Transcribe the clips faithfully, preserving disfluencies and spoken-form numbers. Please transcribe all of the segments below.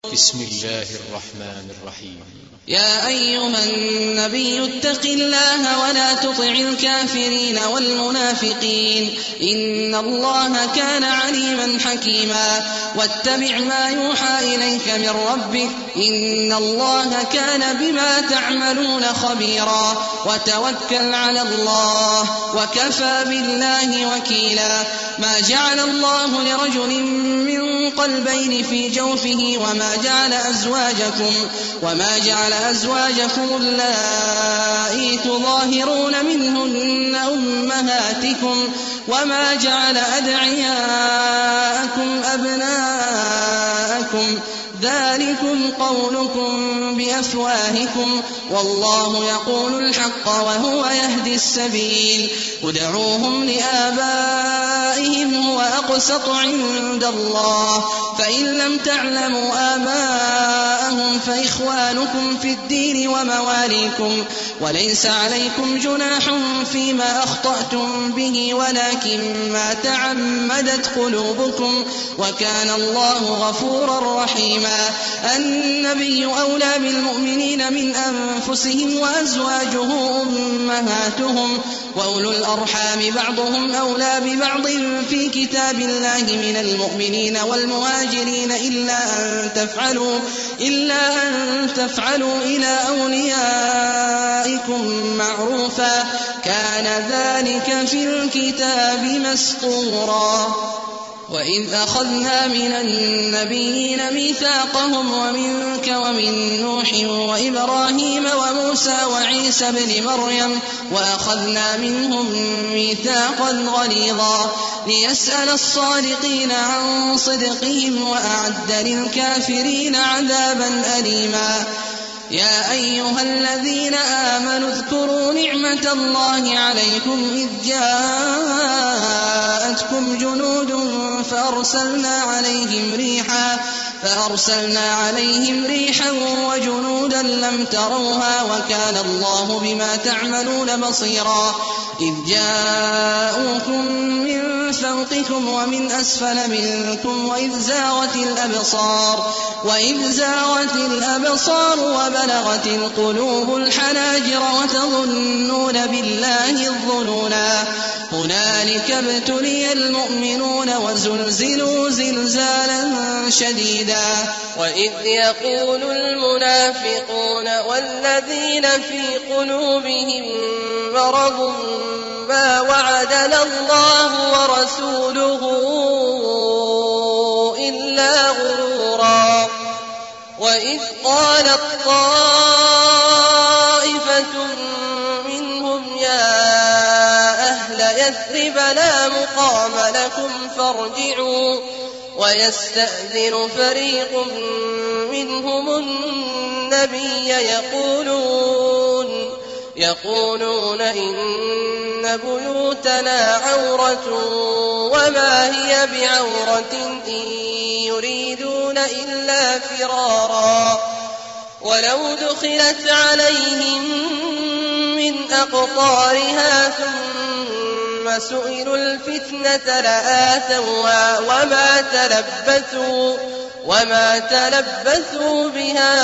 بسم الله الرحمن الرحيم. يا أيها النبي اتق الله ولا تطع الكافرين والمنافقين إن الله كان عليما حكيما واتبع ما يوحى إليك من ربك إن الله كان بما تعملون خبيرا وتوكل على الله وكفى بالله وكيلا. ما جعل الله لرجل من قلبين في جوفه وما جعل أزواجكم وما جعل أزواجكم اللائي تظاهرون منهن أمهاتكم وما جعل أدعياءكم أبناءكم ذلكم قولكم بأفواهكم والله يقول الحق وهو يهدي السبيل. ادعوهم لآبائهم هو أقسط عند الله فإن لم تعلموا آباءهم فإخوانكم في الدين ومواليكم وليس عليكم جناح فيما أخطأتم به ولكن ما تعمدت قلوبكم وكان الله غفورا رحيما. النبي أولى بالمؤمنين من أنفسهم وأزواجه أمهاتهم وأولو الأرحام بعضهم أولى ببعض في كتاب الله من المؤمنين والمهاجرين إلا أن تفعلوا إلا أن تفعلوا إلى أوليائكم معروفا كان ذلك في الكتاب مسطورا. وإذ أخذنا من النبيين ميثاقهم ومنك ومن نوح وإبراهيم وموسى وعيسى ابن مريم وأخذنا منهم ميثاقا غليظا ليسأل الصادقين عن صدقهم وأعد للكافرين عذابا أليما. يا أيها الذين آمنوا اذكروا نعمة الله عليكم إذ جاءتكم جنود فأرسلنا عليهم ريحا فأرسلنا عليهم ريحا وجنودا لم تروها وكان الله بما تعملون بصيرا. إذ جاءوكم من فوقكم ومن أسفل منكم وإذ زاغت الأبصار وإذ زاغت الأبصار وبلغت القلوب الحناجر وتظنون بالله الظنونا. هنالك ابتلي المؤمنون وزلزلوا زلزالا شديدا. وإذ يقول المنافقون والذين في قلوبهم مرض ما وعدنا الله ورسوله إلا غرورا. وإذ قالت طائفة منهم يا أهل يثرب لا مقام لكم فارجعوا ويستأذن فريق منهم النبي يقولون يقولون إن بيوتنا عورة وما هي بعورة إن يريدون إلا فرارا. ولو دخلت عليهم من أقطارها ثم سئلوا الفتنة لآتوها وما تلبثوا وما تلبثوا بها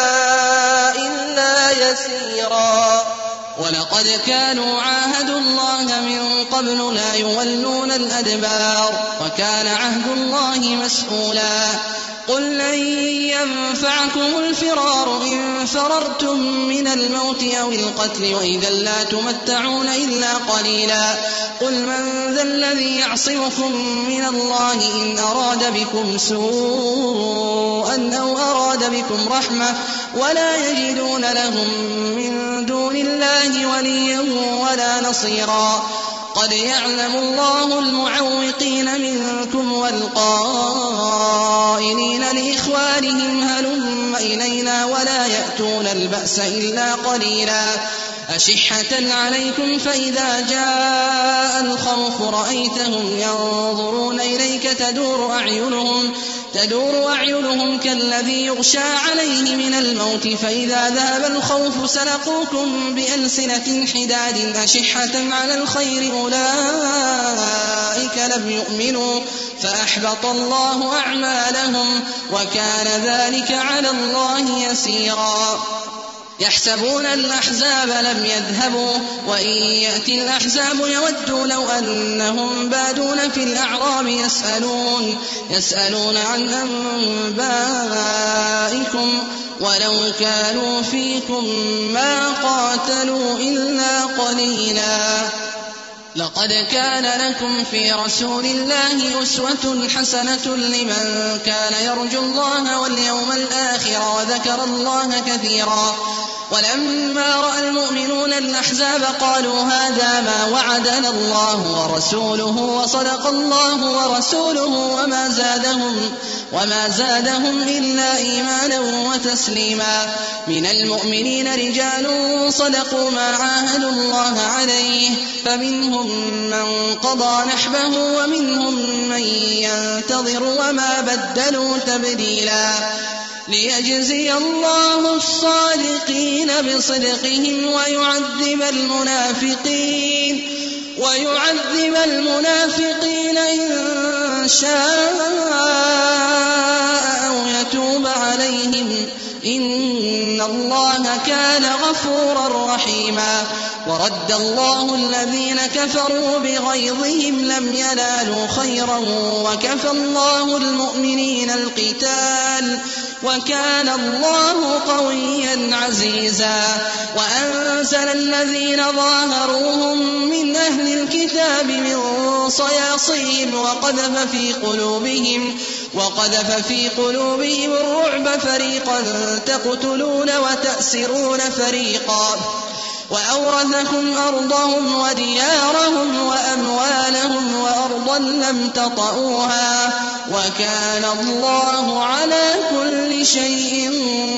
إلا يسيرا. ولقد كانوا عاهدوا الله من قبل لا يولون الأدبار وكان عهد الله مسؤولا. قل لن ينفعكم الفرار إن فررتم من الموت أو القتل وإذا لا تمتعون إلا قليلا. قل من ذا الذي يعصمكم من الله إن أراد بكم سوءا أو أراد بكم رحمة ولا يجدون لهم من دون الله وليا ولا نصيرا. قد يعلم الله المعوقين منكم والقائلين لإخوانهم هلم إلينا ولا يأتون البأس إلا قليلا. أشحة عليكم فإذا جاء الخوف رأيتهم ينظرون إليك تدور أعينهم تدور أعينهم كالذي يغشى عليه من الموت فإذا ذهب الخوف سلقوكم بألسنة حداد أشحة على الخير أولئك لم يؤمنوا فأحبط الله أعمالهم وكان ذلك على الله يسيرا يحسبون الأحزاب لم يذهبوا وإن يأتي الأحزاب يودوا لو أنهم بادون في الأعراب يسألون, يسألون عن أنبائكم ولو كانوا فيكم ما قاتلوا إلا قليلا. لقد كان لكم في رسول الله أسوة حسنة لمن كان يرجو الله واليوم الآخر وذكر الله كثيرا. ولما رأى المؤمنون الأحزاب قالوا هذا ما وعدنا الله ورسوله وصدق الله ورسوله وما زادهم, وما زادهم إلا إيمانا وتسليما. من المؤمنين رجال صدقوا ما عاهدوا الله عليه فمنهم من قضى نحبه ومنهم من ينتظر وما بدلوا تبديلا. ليجزي الله الصادقين بصدقهم ويعذب المنافقين ويعذب المنافقين إن شاء أو يتوب عليهم إن الله كان غفورا رحيما. ورد الله الذين كفروا بغيظهم لم ينالوا خيرا وكفى الله المؤمنين القتال وكان الله قويا عزيزا. وأنزل الذين ظاهروهم من أهل الكتاب من صياصيهم وقذف في قلوبهم وقذف في قلوبهم الرعب فريقا تقتلون وتأسرون فريقا وأورثكم أرضهم وديارهم وأموالهم وأرضا لم تطئوها وكان الله على كل شيء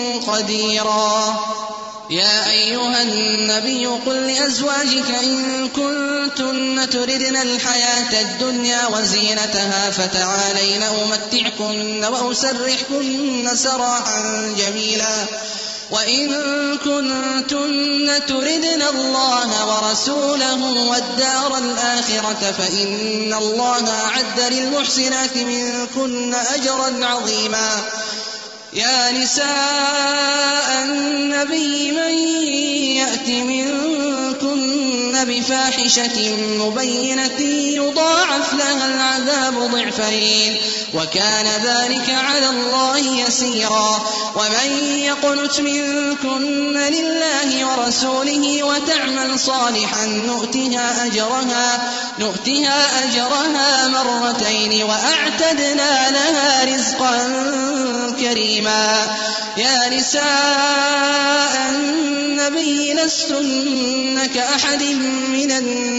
قديرا. يا أيها النبي قل لأزواجك إن كنتن تردن الحياة الدنيا وزينتها فتعالين أمتعكن وأسرحكن سراحا جميلا. وإن كنتن تردن الله ورسوله والدار الآخرة فإن الله أعد للمحسنات منكن أجرا عظيما. يا نساء النبي من يأت منكن بفاحشة مبينة يضاعف لها العذاب ضعفين وكان ذلك على الله يسيرا. ومن يقنت منكن لله ورسوله وتعمل صالحا نؤتها أجرها, نؤتها أجرها مرتين وأعتدنا لها رزقا كريما. يا نساء النبي لستن كأحد من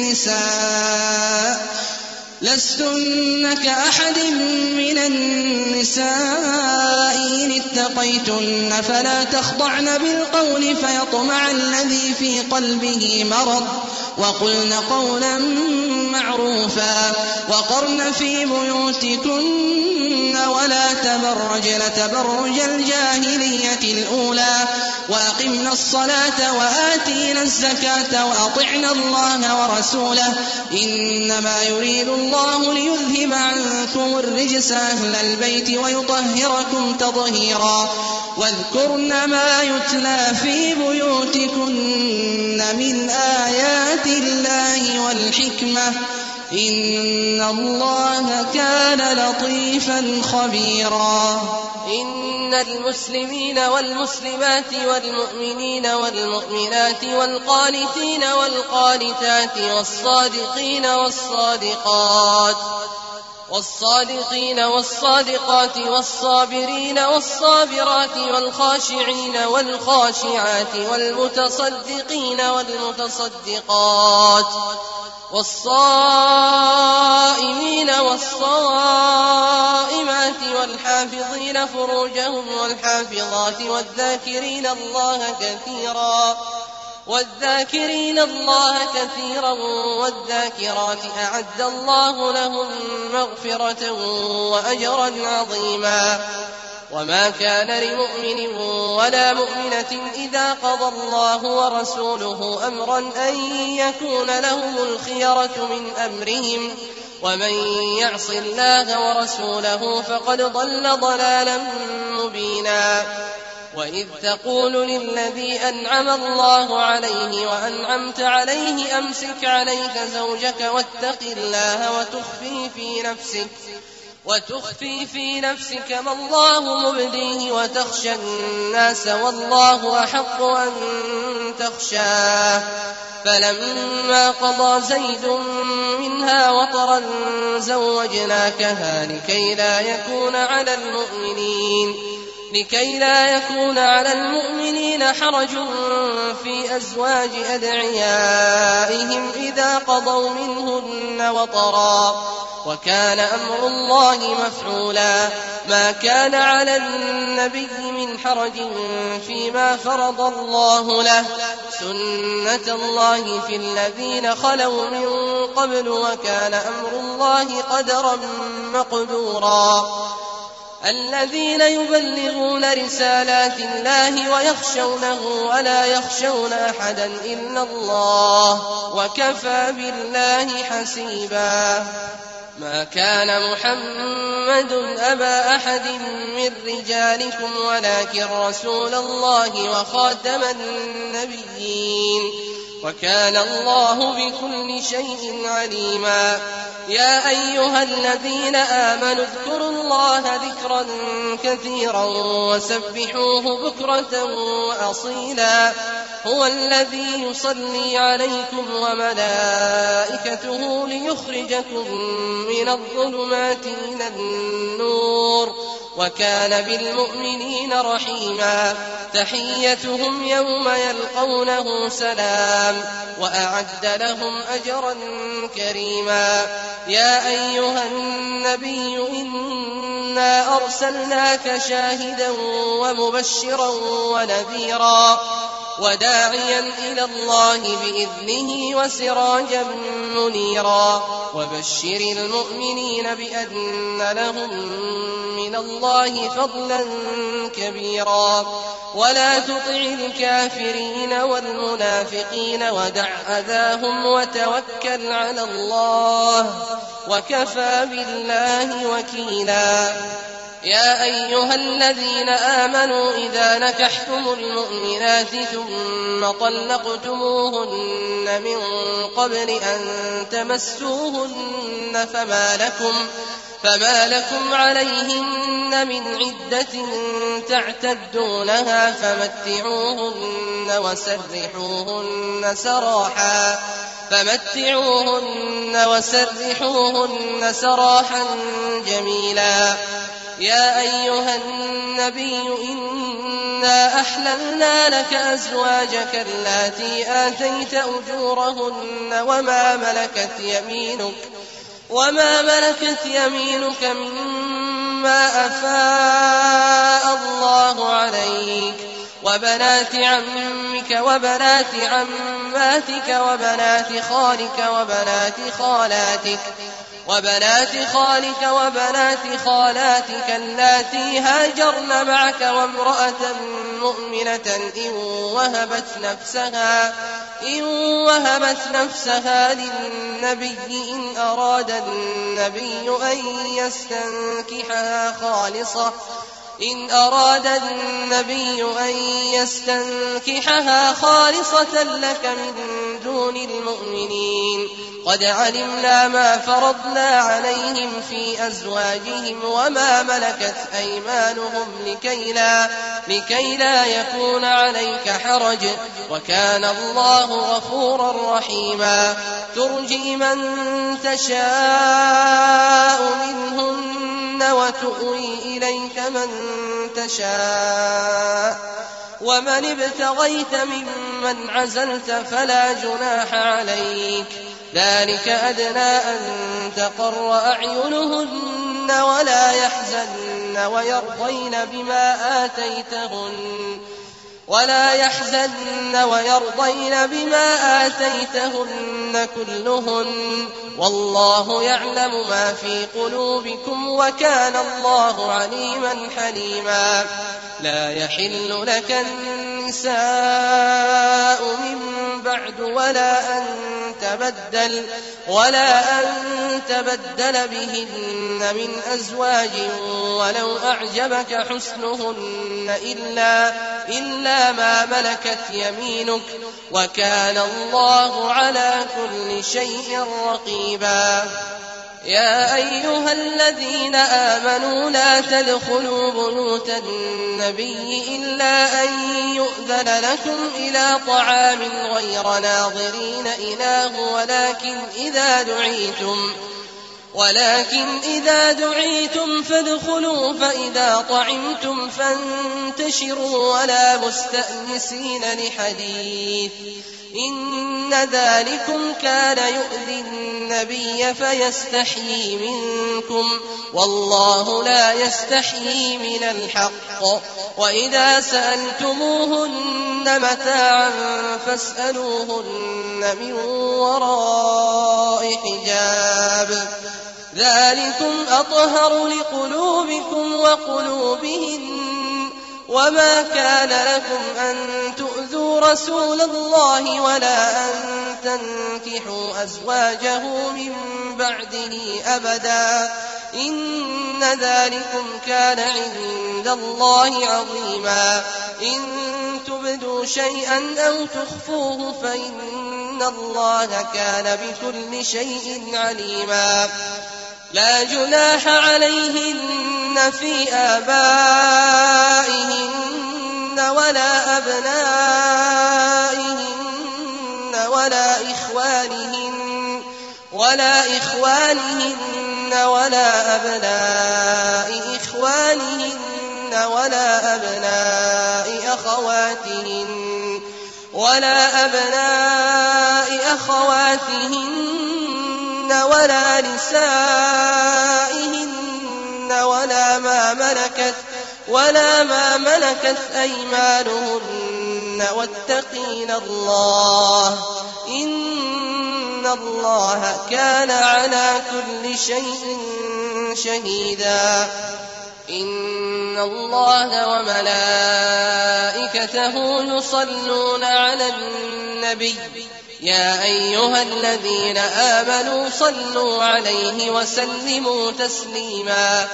النساء لستن كأحد من النساء إن اتقيتن فلا تخضعن بالقول فيطمع الذي في قلبه مرض وقلن قولا معروفا. وقرن في بيوتكن ولا تبرجن تبرج الجاهلية الأولى وأقمنا الصلاة وآتينا الزكاة وأطعنا الله ورسوله إنما يريد الله ليذهب عنكم الرجس أهل البيت ويطهركم تطهيرا. واذكرن ما يتلى في بيوتكن من آيات الله والحكمة إن الله كان لطيفا خبيرا. إن المسلمين والمسلمات والمؤمنين والمؤمنات والقانتين والقانتات والصادقين والصادقات والصادقين والصادقات والصابرين والصابرات والخاشعين والخاشعات والمتصدقين والمتصدقات والصائمين والصائمات والحافظين فروجهم والحافظات والذاكرين الله كثيرا والذاكرين الله كثيرا والذاكرات أعد الله لهم مغفرة وأجرا عظيما. وما كان لمؤمن ولا مؤمنة إذا قضى الله ورسوله أمرا أن يكون لهم الخيرة من أمرهم ومن يعص الله ورسوله فقد ضل ضلالا مبينا. وإذ تقول للذي أنعم الله عليه وأنعمت عليه أمسك عليك زوجك واتق الله وتخفي في نفسك وتخفي في نفسك ما الله مبديه وتخشى الناس والله أحق أن تخشاه. فلما قضى زيد منها وطرا زوجناكها لكي لا يكون على المؤمنين لكي لا يكون على المؤمنين حرج في أزواج أدعيائهم إذا قضوا منهن وطرا وكان أمر الله مفعولا. ما كان على النبي من حرج فيما فرض الله له سنة الله في الذين خلوا من قبل وكان أمر الله قدرا مقدورا. الذين يبلغون رسالات الله ويخشونه ولا يخشون أحدا إلا الله وكفى بالله حسيبا. ما كان محمد أبا أحد من رجالكم ولكن رسول الله وخاتم النبيين وكان الله بكل شيء عليما. يا أيها الذين آمنوا اذكروا الله ذكرا كثيرا وسبحوه بكرة وأصيلا. هو الذي يصلي عليكم وملائكته ليخرجكم من الظلمات إلى النور وكان بالمؤمنين رحيما. تحيتهم يوم يلقونه سلام وأعد لهم أجرا كريما. يا أيها النبي إنا أرسلناك شاهدا ومبشرا ونذيرا وداعيا إلى الله بإذنه وسراجا منيرا. وبشر المؤمنين بأن لهم من الله فضلا كبيرا. ولا تطع الكافرين والمنافقين ودع أذاهم وتوكل على الله وكفى بالله وكيلا. يا أيها الذين آمنوا إذا نكحتم المؤمنات ثم طلقتموهن من قبل أن تمسوهن فما لكم, فما لكم عليهن من عدة تعتدونها فمتعوهن وسرحوهن سراحا فمتعوهن وسرحوهن سراحا جميلا. يا أيها النبي إنا أحللنا لك أزواجك اللاتي آتيت أجورهن وما ملكت يمينك وما ملكت يمينك مما أفاء الله عليك وبنات عمك وبنات عماتك وبنات خالك وبنات خالاتك وبنات خالك وبنات خالاتك اللاتي هاجرن معك وامرأة مؤمنة إن وهبت نفسها إن وهبت نفسها للنبي إن أراد النبي أن يستنكحها خالصة إن أراد النبي أن يستنكحها خالصة لك من دون المؤمنين. قد علمنا ما فرضنا عليهم في أزواجهم وما ملكت أيمانهم لكي لا, لكي لا يكون عليك حرج وكان الله غفورا رحيما. ترجي من تشاء منهن وتؤوي إليك من تشاء ومن ابتغيت ممن عزلت فلا جناح عليك. ذلك أدنى أن تقر أعينهن ولا يحزن ويرضين بما آتيتهن ولا يحزن ويرضين بما آتيتهن كلهن والله يعلم ما في قلوبكم وكان الله عليما حليما. لا يحل لك النساء من بعد ولا أن تبدل ولا أن تبدل بهن من أزواج ولو أعجبك حسنهن إلا إلا ما ملكت يمينك وكان الله على كل شيء رقيبا. يا أيها الذين آمنوا لا تدخلوا بيوت النبي إلا أن يؤذن لكم إلى طعام غير ناظرين إناه ولكن إذا دعيتم ولكن إذا دعيتم فادخلوا فإذا طعمتم فانتشروا ولا مستأنسين لحديث إن ذلكم كان يؤذي النبي فيستحيي منكم والله لا يستحيي من الحق. وإذا سألتموهن متاعا فاسألوهن من وراء حجاب ذلكم أطهر لقلوبكم وقلوبهن. وما كان لكم أن تؤذوا رسول الله ولا أن تنكحوا أزواجه من بعده أبدا إن ذلكم كان عند الله عظيما. إن تبدوا شيئا أو تخفوه فإن الله كان بكل شيء عليما. لا جناح عليهن في آبائهن ولا أبنائهن ولا إخوانهن ولا إخوانهن ولا أبناء إخوانهن ولا أبناء أخواتهن ولا أبناء أخواتهن ولا نسائهن ولا ما ملكت ولا ما ملكت أيمانهن واتقين الله إن الله كان على كل شيء شهيدا. إن الله وملائكته يصلون على النبي يا أيها الذين آمنوا صلوا عليه وسلموا تسليما.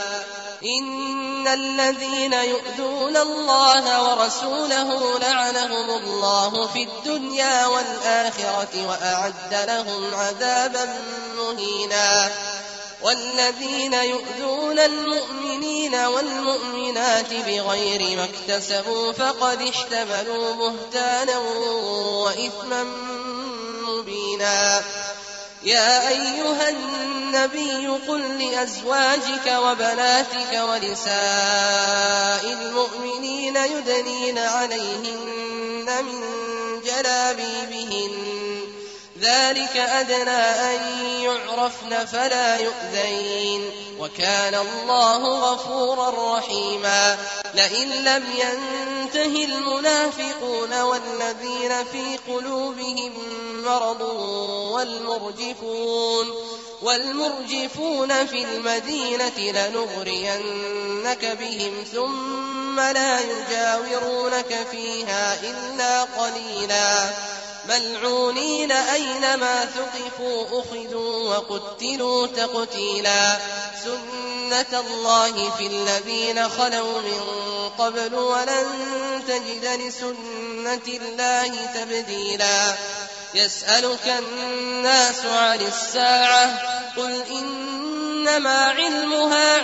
إن الذين يؤذون الله ورسوله لعنهم الله في الدنيا والآخرة وأعد لهم عذابا مهينا. والذين يؤذون المؤمنين والمؤمنات بغير ما اكتسبوا فقد احتملوا بهتانا وإثما مبينا. يا أيها النبي قل لأزواجك وبناتك ونساء المؤمنين يدنين عليهن من جلابيبهن ذلك أدنى أن يعرفن فلا يؤذين وكان الله غفورا رحيما. لئن لم ينته المنافقون والذين في قلوبهم مرض والمرجفون والمرجفون في المدينة لنغرينك بهم ثم لا يجاورونك فيها إلا قليلا ملعونين أينما ثقفوا أخذوا وقتلوا تقتيلا. سنة الله في الذين خلوا من قبل ولن تجد لسنة الله تبديلا. يسألك الناس عن الساعة قل إنما علمها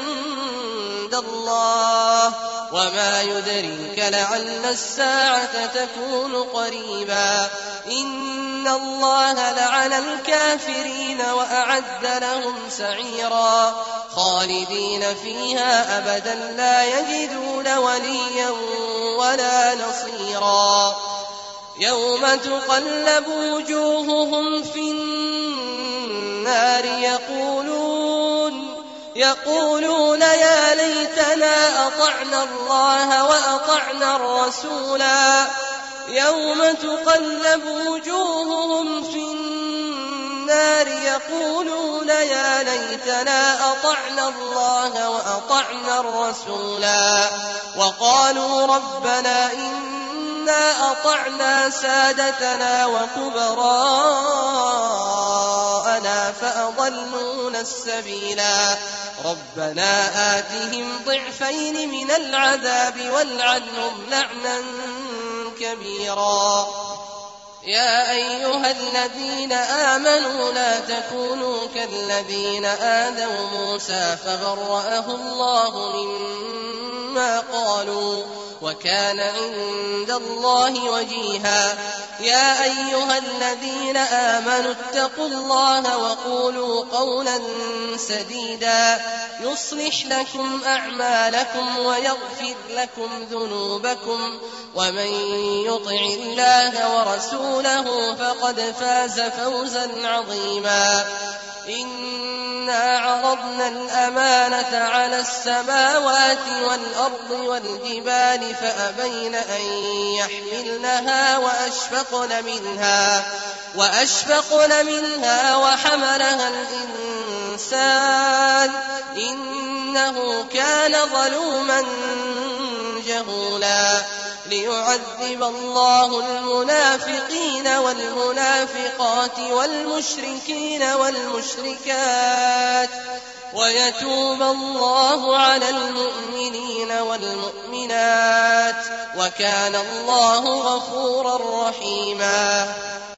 عند الله وما يدريك لعل الساعة تكون قريبا. إن الله لعن الكافرين وأعد لهم سعيرا خالدين فيها أبدا لا يجدون وليا ولا نصيرا. يوم تقلب وجوههم في النار يقولون يقولون يا ليتنا أطعنا الله وأطعنا الرسولا يوم تقلب وجوههم في النار يقولون يا ليتنا أطعنا الله وأطعنا الرسولا وقالوا ربنا إنا أطعنا سادتنا وكبراءنا فأضلونا السبيلا ربنا آتهم ضعفين من العذاب والعنهم لعنا كبيرا يا أيها الذين آمنوا لا تكونوا كالذين آذوا موسى فبرأه الله مما قالوا وكان عند الله وجيها يا أيها الذين آمنوا اتقوا الله وقولوا قولا سديدا يصلح لكم أعمالكم ويغفر لكم ذنوبكم ومن يطع الله ورسوله فقد فاز فوزا عظيما إنا عرضنا الأمانة على السماوات والأرض والجبال فأبين أن يحملنها وأشفقن منها وأشفقن منها وحملها الإنسان إنه كان ظلوما جهولا ليعذب الله المنافقين والمنافقات والمشركين والمشركات ويتوب الله على المؤمنين والمؤمنات وكان الله غفورا رحيما